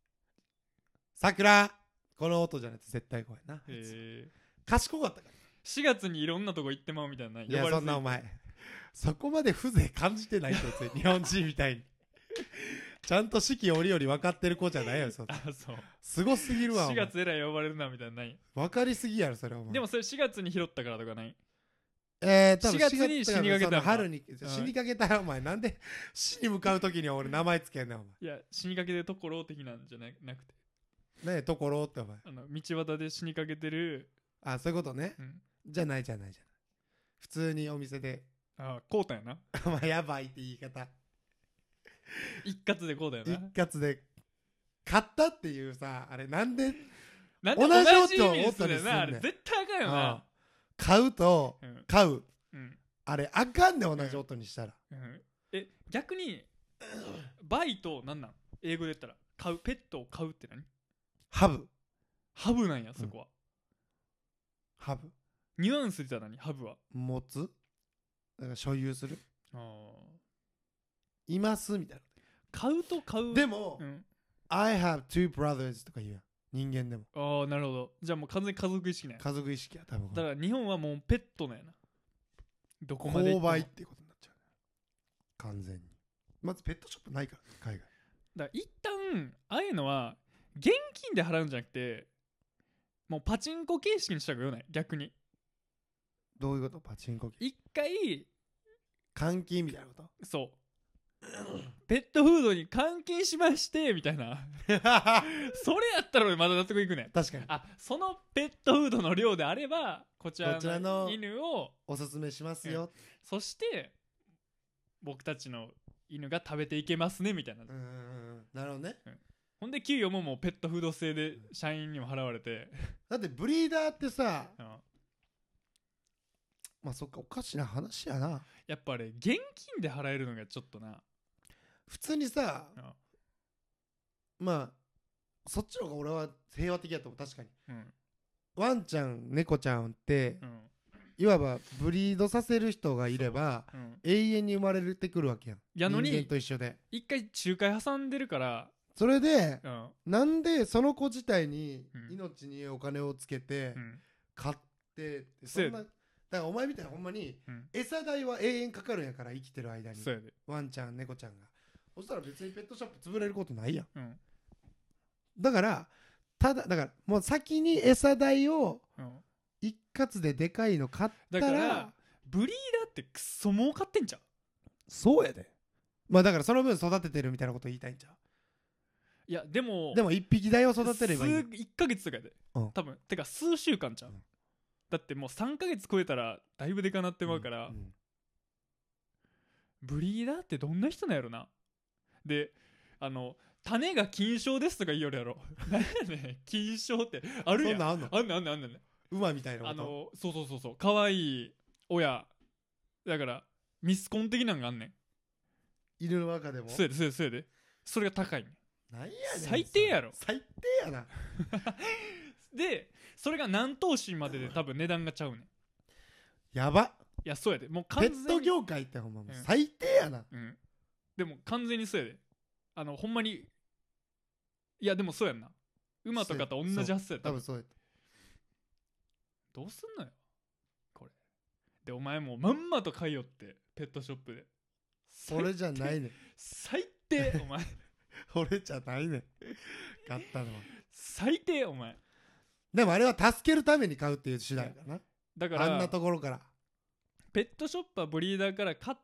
桜この音じゃないと絶対来へんなえ賢かったからしがつにいろんなとこ行ってまうみたいな。 いやそんなお前そこまで風情感じてないと別に日本人みたいにちゃんと四季折々分かってる子じゃないよそんなあそうすごすぎるわしがつえらい呼ばれるなみたいなない。 分かりすぎやろそれお前でもそれしがつに拾ったからとかない。 えー、多分しがつに死にかけたのかその春に死にかけたらお前なんで死に向かう時に俺名前つけんねんおいや死にかけてるところ的なんじゃななくて前ねえところってお前あの道端で死にかけてる、 あそういうことね、 うん、 じゃないじゃないじゃない普通にお店であこうたんやなお前やばいって言い方一括でこうだよな。 一括で買ったっていうさあれなんでなんで同じ同じ意味に音するよな。 音にすんねんあれ絶対あかんよああな。 買うとうん買ううんあれあかんねん同じ音にしたら、 うんえ逆にバイトなんなん英語で言ったら買うペットを買うって何。 ハブハブなんやそこは、 ハブニュアンスで言ったら何ハブは。 持つだから所有するあいますみたい買うと買うなでも、 うん I have two brothers とか言うやん人間でもああなるほど。じゃあもう完全に家族意識なんや。 家族意識や多分だから日本はもうペットなんやな。どこまで行っても購買っていうことになっちゃう完全にまずペットショップないから海外だから一旦ああいうのは現金で払うんじゃなくてもうパチンコ形式にした方がよない逆に。 どういうことパチンコ機一回換金みたいなことそうペットフードに換金しましてみたいなそれやったら俺まだ納得いくねん。 確かにあそのペットフードの量であればこちらこちらのの犬をおすすめしますよ、 そして僕たちの犬が食べていけますねみたいな、 うんうんうん、なるほどね、 うん、ほんで給与ももうペットフード制で社員にも払われてだってブリーダーってさ、 うん、 まあそっか、おかしな話やな。 やっぱあれ現金で払えるのがちょっとな、 普通にさ、 うん、 まあそっちの方が俺は平和的やと思う。確かに、 うん、 ワンちゃん猫ちゃんって、 うん、 いわばブリードさせる人がいれば、うん、永遠に生まれてくるわけやん。 やのに人間と一緒で一回仲介挟んでるから、 それで、 うん、 なんでその子自体に命にお金をつけて買ってって、そんな、だからお前みたいなほんまに餌代は永遠かかるんやから、生きてる間にワンちゃん猫ちゃんが、そしたら別にペットショップ潰れることないやん、うん、だからただだからもう先に餌代を一括ででかいの買ったら、だからブリーダーってクソ儲かってんじゃん。 そうやで。まあだからその分育ててるみたいなこと言いたいんちゃう。 いやでもでも一匹代を育てればいい。 数いっかげつとかで、うん、多分てか数週間ちゃう、うん、だってもうさんかげつ超えたらだいぶでかなってまうから、うんうん、ブリーダーってどんな人なんやろな。であの種が金賞ですとか言いよるやろ何やねん金賞ってあるやん。 そんなんあんの。 あんねんあんねんあんねんね。 馬みたいなこと。 あのそうそうそうそう、かわいい親だからミスコン的なんがあんねん、 犬の中でも。 そうやでそうやでそうやで、それが高いねん。 なんやねん最低やろ。 最低やなでそれが何頭身までで多分値段がちゃうねん。 やば。 いやそうやで、もう完全にペット業界ってほんまもう最低やな、 うんうん、でも完全にそうやで、あのほんまに、いやでもそうやんな、馬とかと同じ発想やった。 多分そうやった。 どうすんのよこれで。お前もうまんまと買いよってペットショップで。 それじゃないねん最低お前俺じゃないねん買ったのは。 最低お前。 でもあれは助けるために買うっていう手段やからな。 だからあんなところからペットショップはブリーダーから買って、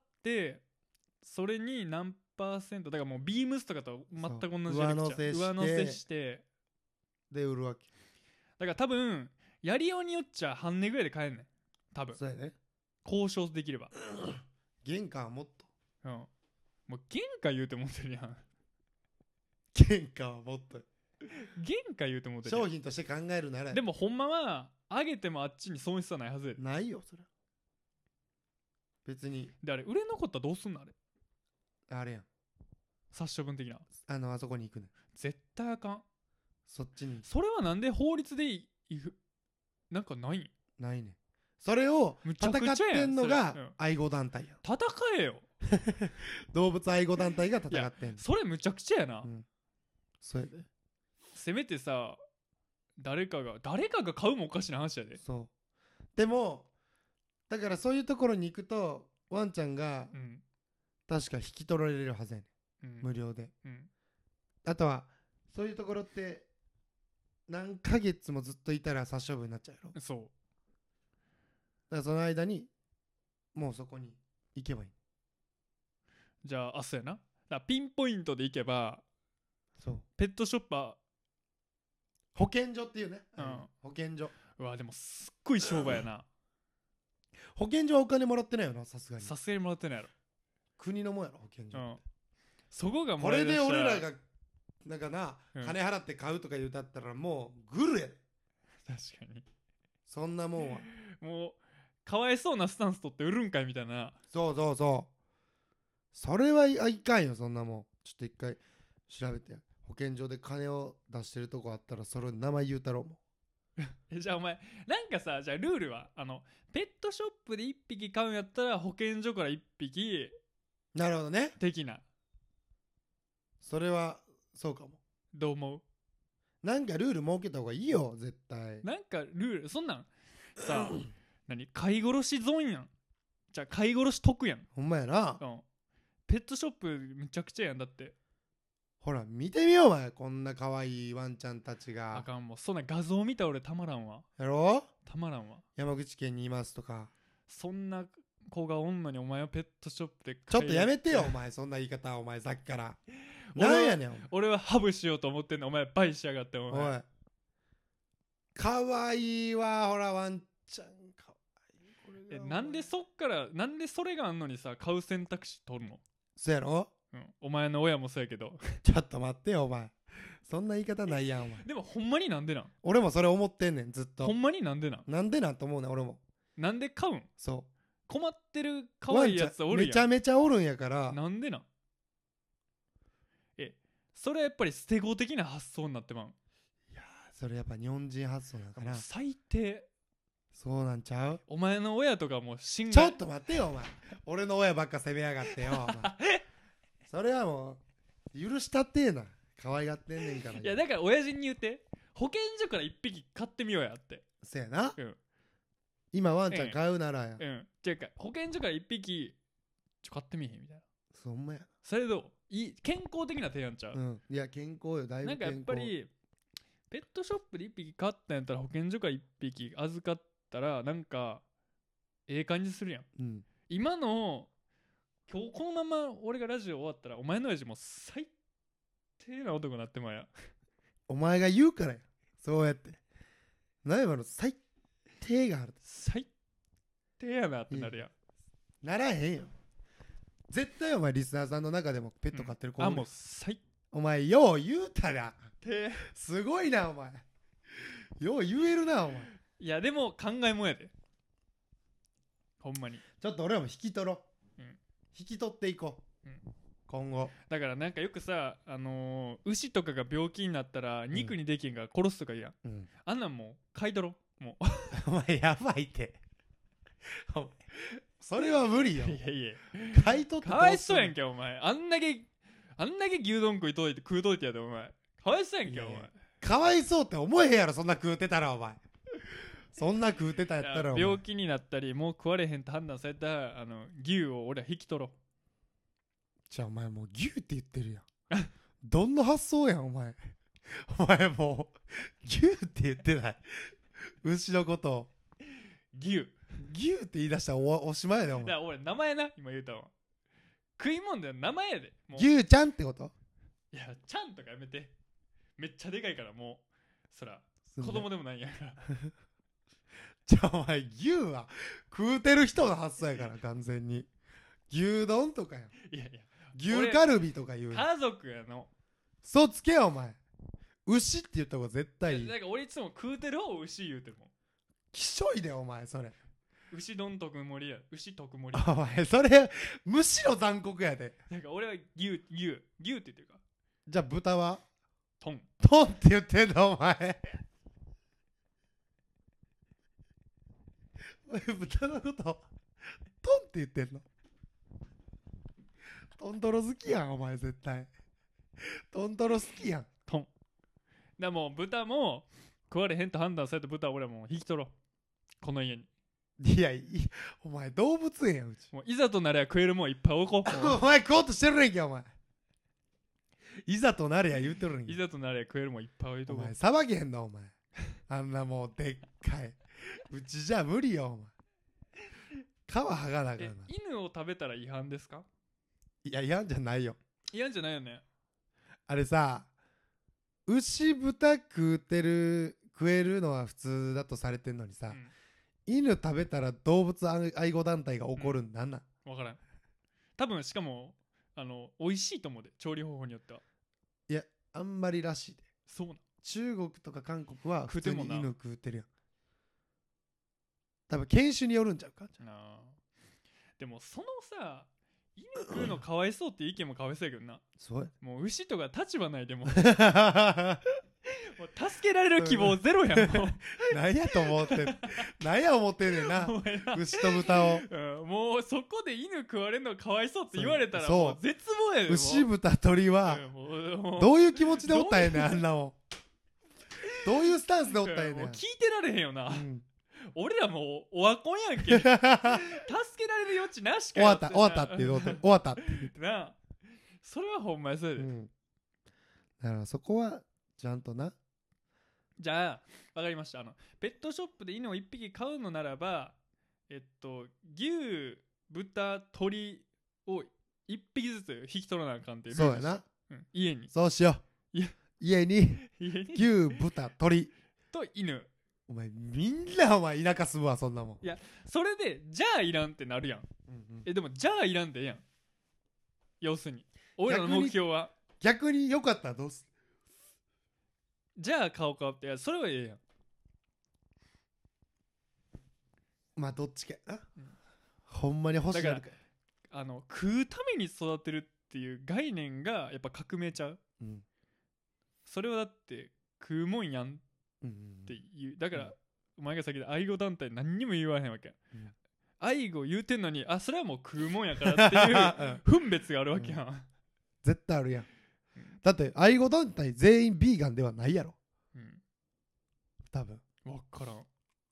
それに何パーセントだからもうビームスとかと全く同じやり口や上乗せしてで売るわけだから、多分やりようによっちゃ半値ぐらいで買えんねん多分。 そうやね、 交渉できれば原価はもっと、 うん、もう原価言うて思ってるやん原価はもっと原価言うて思ってるやん。 商品として考えるなら。 でもほんまは上げてもあっちに損失はないはずやで。 ないよそれ別に。 であれ売れ残ったらどうすんのあれ。 あれやん、 殺処分的な。 あのあそこに行くねん。 絶対あかん。 そっちに。 それはなんで法律でいいなんかないん。 ないねん。それを戦ってんのが愛護団体や。 戦えよ動物愛護団体が戦ってんの。 それむちゃくちゃやな、うん、 それでせめてさ誰かが誰かが買うもおかしな話やで。 そうでもだからそういうところに行くとワンちゃんが、うん、確か引き取られるはずやねん、うん、無料で、うん、あとはそういうところって何ヶ月もずっといたら殺処分になっちゃうやろ。 そうだからその間にもうそこに行けばいい。 じゃあ明日やな。だからピンポイントで行けば、 そうペットショッパー保健所っていうね、 うん、 保健所。 うわでもすっごい商売やな保健所はお金もらってないよな、さすがに。 さすがにもらってないやろ。 国のもんやろ保健所、うん、 そこがもらえる。これで俺らがなんかな、うん、金払って買うとか言うたったらもうグルやで。 確かにそんなもんはもうかわいそうなスタンス取って売るんかいみたいな。 そうそうそう、それはいかんよそんなもん。ちょっと一回調べて、保健所で金を出してるとこあったらそれ名前言うたろうもんじゃあお前なんかさ、じゃあルールはあのペットショップでいっぴき買うんやったら保健所からいっぴき。 なるほどね、 的な。 それはそうかも。 どう思う。 なんかルール設けた方がいいよ絶対。 なんかルールそんなんさ何飼い殺し損やん。じゃあ飼い殺し得やん。 ほんまやな、 うん、ペットショップむちゃくちゃやん。だってほら見てみようお前、こんな可愛いワンちゃんたちが。 あかん、もうそんな画像見たら俺たまらんわ。 やろたまらんわ。 山口県にいますとかそんな子がおんのにお前はペットショップでちょっとやめてよお前そんな言い方。お前さっきからなんやねん。 俺はハブしようと思ってんのお前バイしやがって。お前おいかわいいわほらワンちゃんかわいい。これえなんでそっからなんでそれがあんのにさ買う選択肢取るの。 そやろ。 うん、お前の親もそうやけどちょっと待ってよお前、そんな言い方ないやんお前。 でもほんまになんでなん？ 俺もそれ思ってんねんずっと。 ほんまになんでなん？ なんでなんと思うねん俺も。 なんで買うん？ そう、 困ってる可愛いやつおるやん。 めちゃめちゃおるんやから。 なんでなん？え、それはやっぱり捨て子的な発想になってまう。 いやそれやっぱ日本人発想なんかな。 最低。 そうなんちゃう？ お前の親とかも心ちょっと待ってよお前俺の親ばっか責めやがってよお前それはもう許したってえな、可愛がってんねんから。 いやだから親父に言うて、保健所から一匹買ってみようやって。 そやな、 うん、 今ワンちゃん買うならや、 うん、うん、ていうか保健所から一匹ちょ買ってみへんみたいな。 そんまや。 それどう？いい健康的な提案ちゃう？ うん、いや健康よ、だいぶ健康。 なんかやっぱりペットショップで一匹買ったんやったら保健所から一匹預かったらなんかええ感じするやん、 うん、 今の今日このまま俺がラジオ終わったらお前の親父も最低な男になってまうやお前が言うからや、そうやって。何今の最低がある。 最低やなってなるやん、 ならへんよ絶対。お前リスナーさんの中でもペット飼ってる子、 うん、あもう最お前よう言うたら低すごいなお前、よう言えるなお前。 いやでも考えもんやでほんまに。 ちょっと俺らも引き取ろう、 うん、 引き取っていこう、うん、今後。 だからなんかよくさ、あのー、牛とかが病気になったら肉にできんから殺すとか言うやん、うん、あんなんもう買い取ろもうお前やばいってお前それは無理よ。 いやいや買い取ってかわいそうやんけお前。あんだけあんだけ牛丼食いといて食うといてやでお前。かわいそうやんけお前。 かわいそうって思えへんやろそんな食うてたらお前そんな食うてたやったらお前病気になったりもう食われへんと判断されたあの牛を俺は引き取ろう。 じゃあお前もう牛って言ってるやんどんな発想やんお前お前もう牛って言ってない牛のことを牛牛って言い出したら お, おしまいだよお前。 だから俺名前な今言うたわ。食い物だよ名前やでもう。 牛ちゃんってこと？ いやちゃんとかやめて。めっちゃでかいからもうそら子供でもないんやからじゃあお前牛は食うてる人の発想やから完全に牛丼とかやん。 いやいや牛カルビとか言う家族やの。 そうつけよお前。牛って言った方が絶対いい。 なんか俺いつも食うてる方を牛言うてもきしょいでお前それ。 牛丼特盛りや牛特盛り。お前それむしろ残酷やで。 なんか俺は牛牛牛って言ってるか。 じゃあ豚はトントンって言ってんのお前お前豚のことトンって言ってんの。トントロ好きやんお前絶対。トントロ好きやん。 トンだもう豚も食われへんと判断された豚は俺はもう引き取ろうこの家に。 いやいいお前動物園やんうち。 もういざとなれば食えるもんいっぱい置こうお前食おうとしてるねんけお前。いざとなれや言うてるんや。 いざとなれば食えるもんいっぱい置いとこう。 お前さばけへんのお前。あんなもうでっかいうちじゃ無理よお前。皮剥がなあかんな。 犬を食べたら違反ですか？ いや違反じゃないよ。 違反じゃないよね。 あれさ牛豚食うてる食えるのは普通だとされてんのにさ、うん、犬食べたら動物愛護団体が怒るんなんなん？ 分からん。多分しかもあの美味しいと思うで調理方法によっては。 いやあんまりらしいで。 そうなん。 中国とか韓国は普通に犬食うてるやん。多分犬種によるんちゃうか。 なあでもそのさ犬食うのかわいそうって意見もかわいそうやけどな。 そうや。 もう牛とか立場ないでももう助けられる希望ゼロやんもう何やと思ってん何や思ってんねんな牛と豚を、 うん、もうそこで犬食われるのかわいそうって言われたらもう絶望やで。 牛豚鳥はどういう気持ちでおったんやねんあんなもん。どういうスタンスでおったんやねん。 もう聞いてられへんよな、うん、俺らもうオワコンやんけ助けられる余地なしかよ。 終わった終わったって言うて終わったって言ってなあそれはほんまにそうやで、うん、 だからそこはちゃんとな。 じゃあ分かりました。あのペットショップで犬をいっぴき買うのならばえっと牛豚鳥をいっぴきずつ引き取らなあかんっていうルール。 そうやな、 うん、家にそうしよう。家に牛豚鳥と犬。 お前みんなお前田舎住むわそんなもん。 いやそれでじゃあいらんってなるやん、うんうん、えでもじゃあいらんでええやん要するに。 俺らの目標は逆によかったらどうすじゃあ顔変わって、いやそれはええやん。 まあどっちかやな、 うん、 ほんまに欲しい。 だからあの食うために育てるっていう概念がやっぱ革命ちゃう、うん、それはだって食うもんやんっていう、だから、うん、お前が先で愛護団体何にも言わへんわけ、うん、愛護言うてんのに、あそれはもう食うもんやからっていう分別があるわけやん、うん、 絶対あるやん。だって愛護団体全員ビーガンではないやろ、うん、多分分からん。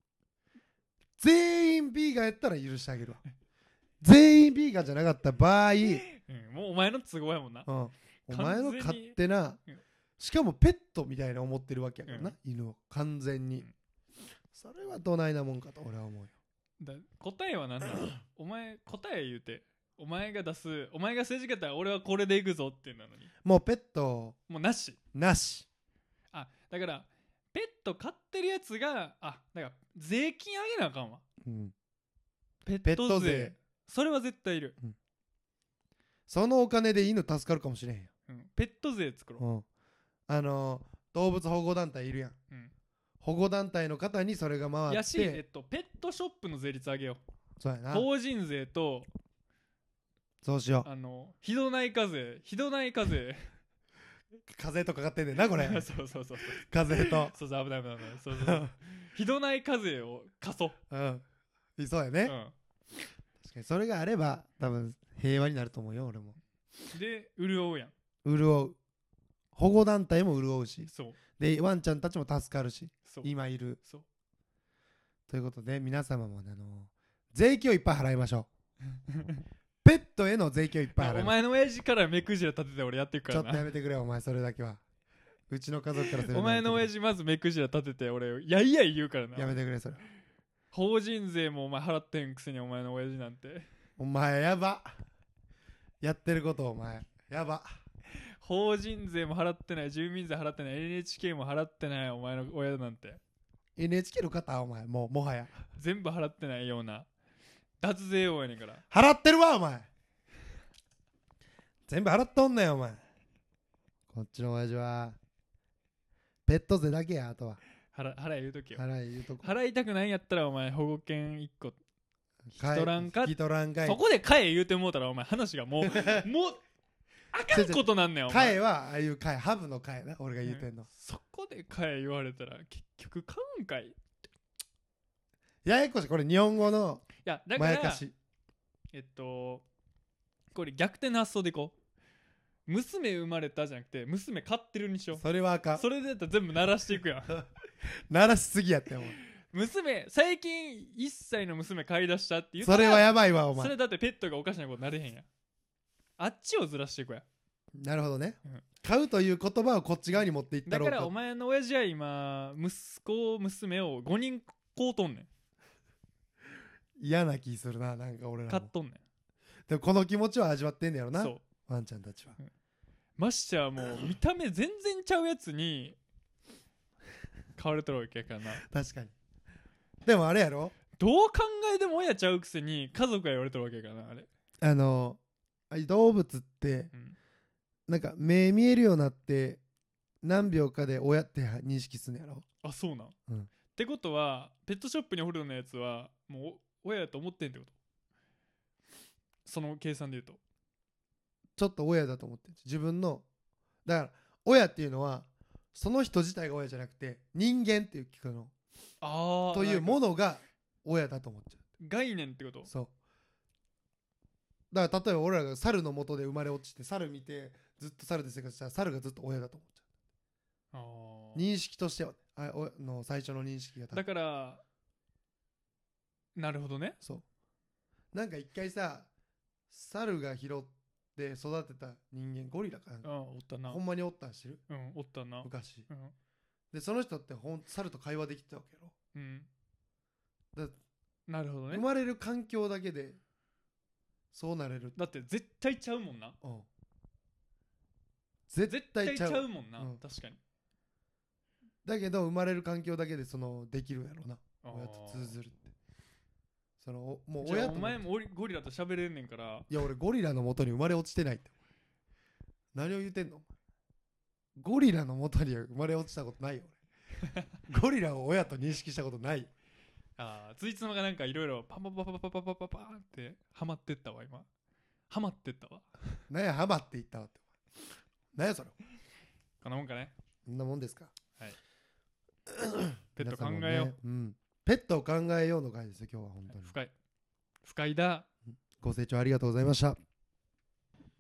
全員ビーガンやったら許してあげるわ全員ビーガンじゃなかった場合、うん、 もうお前の都合やもんな、うん、 お前の勝手な、うん、しかもペットみたいな思ってるわけやからな、うん、犬を完全に、うん、それはどないなもんかと俺は思うよ。 だ答えは何だろうお前答え言うて、お前が出す、お前が政治家だったら俺はこれでいくぞっていうのに、 もうペットもうなしなし。 あ、だからペット飼ってるやつが、あ、だから税金上げなあかんわ、うん、ペット税、ペット税それは絶対いる、うん、 そのお金で犬助かるかもしれへんよ、 うん、ペット税作ろう、うん、 あのー、動物保護団体いるやん、うん、保護団体の方にそれが回って、 やし、えっと、ペットショップの税率上げよう。 そうやな、 法人税と、 そうしよう、 あの非土内課税、非土内課税課税とかかってんねんなこれそうそうそうそう、 課税とそうそう、危ない危ない危ない、そうそう非土内課税を貸そう、 うん、そうやね、うん、確かにそれがあれば多分平和になると思うよ俺も。 で潤うやん、 潤う、保護団体も潤うし、 そうでワンちゃんたちも助かるし、今いる、 そうということで皆様も、あの税金をいっぱい払いましょうペットへの税金をいっぱい払いましょう。 お前の親父から目くじら立てて俺やっていくからな。 ちょっとやめてくれお前、それだけはうちの家族からするお前の親父まず目くじら立てて俺やいやい言うからな。 やめてくれそれ。 法人税もお前払ってんくせにお前の親父なんて、 お前やば、やってることお前やば。 法人税も払ってない、住民税払ってない、 エヌエイチケー も払ってないお前の親なんて。 エヌエイチケー の方お前もうもはや全部払ってないような脱税王やねんから。 払ってるわお前、全部払っとんねんお前。こっちの親父はペット税だけや。あとは払払い言うときよ。 払い言うとこ。 払いたくないんやったらお前保護犬いっこ引き取らんか。 引き取らんかい。 そこで買え言うてもうたらお前話がもうもうあかんことなんねんお前。 買えはああいう買え、ハブの買えな俺が言うてんの、うん、 そこで買え言われたら結局買うんかい。 ややこしいこれ日本語のまやかし。 えっとこれ逆転の発想でいこう。娘生まれたじゃなくて娘飼ってるにしよう。 それはあかん。 それでやったら全部鳴らしていくやん鳴らしすぎやってお前。 娘最近いっさいの娘飼い出したって言ったらそれはやばいわお前。 それだってペットがおかしなことなれへんやん。あっちをずらしていくや。 なるほどね、うん、飼うという言葉をこっち側に持っていったろうか。 だからお前の親父は今息子娘をごにんこうとんねん。 嫌な気するな、なんか俺らも飼っとんねん。 でもこの気持ちは味わってんねやろな。そうワンちゃんたちは、うん、 ましてはもう見た目全然ちゃうやつに飼われとるわけやからな確かに。でもあれやろ、 どう考えても親ちゃうくせに家族が言われとるわけやからな。あれあの動物って、うん、なんか目見えるようになって何秒かで親って認識するんやろ。 あ、そうなん、うん、ってことはペットショップにおるようなやつはもう親やと思ってんってこと。その計算で言うとちょっと親だと思ってる自分の。だから親っていうのはその人自体が親じゃなくて人間っていう聞くのあというものが親だと思っちゃう。 概念ってこと。 そうだから例えば俺らが猿の元で生まれ落ちて猿見てずっと猿で生活したら猿がずっと親だと思っちゃう。あ認識としては、ね、あの最初の認識がだからなるほどね。 そうなんか一回さ猿が拾って育てた人間ゴリラかなんか、 ああおったな。 ほんまにおったんしてる。 うんおったな昔、 うん、 でその人ってほん猿と会話できてたわけやろ。 うんだなるほどね。 生まれる環境だけでそうなれる。 だって絶対ちゃうもんな、うん、 絶対ちゃう、 絶対ちゃうもんな、うん、確かに。 だけど生まれる環境だけでそのできるやろな親と通ずるって。そのもう親とお前もゴリラと喋れんねんから。 いや俺ゴリラの元に生まれ落ちてないって何を言ってんの。ゴリラの元に生まれ落ちたことないよ俺ゴリラを親と認識したことない。 ああ、ついつまがなんかいろいろパパパパパパパパパーンってハマってったわ今。ハマってったわ。 なんやハマっていったわって。なんやそれ。 こんなもんかね。 こんなもんですか。 はい。ペット考えよう、 ね、うん。ペットを考えようの回ですよ今日は本当に。 深い。深いだ。 ご清聴ありがとうございました。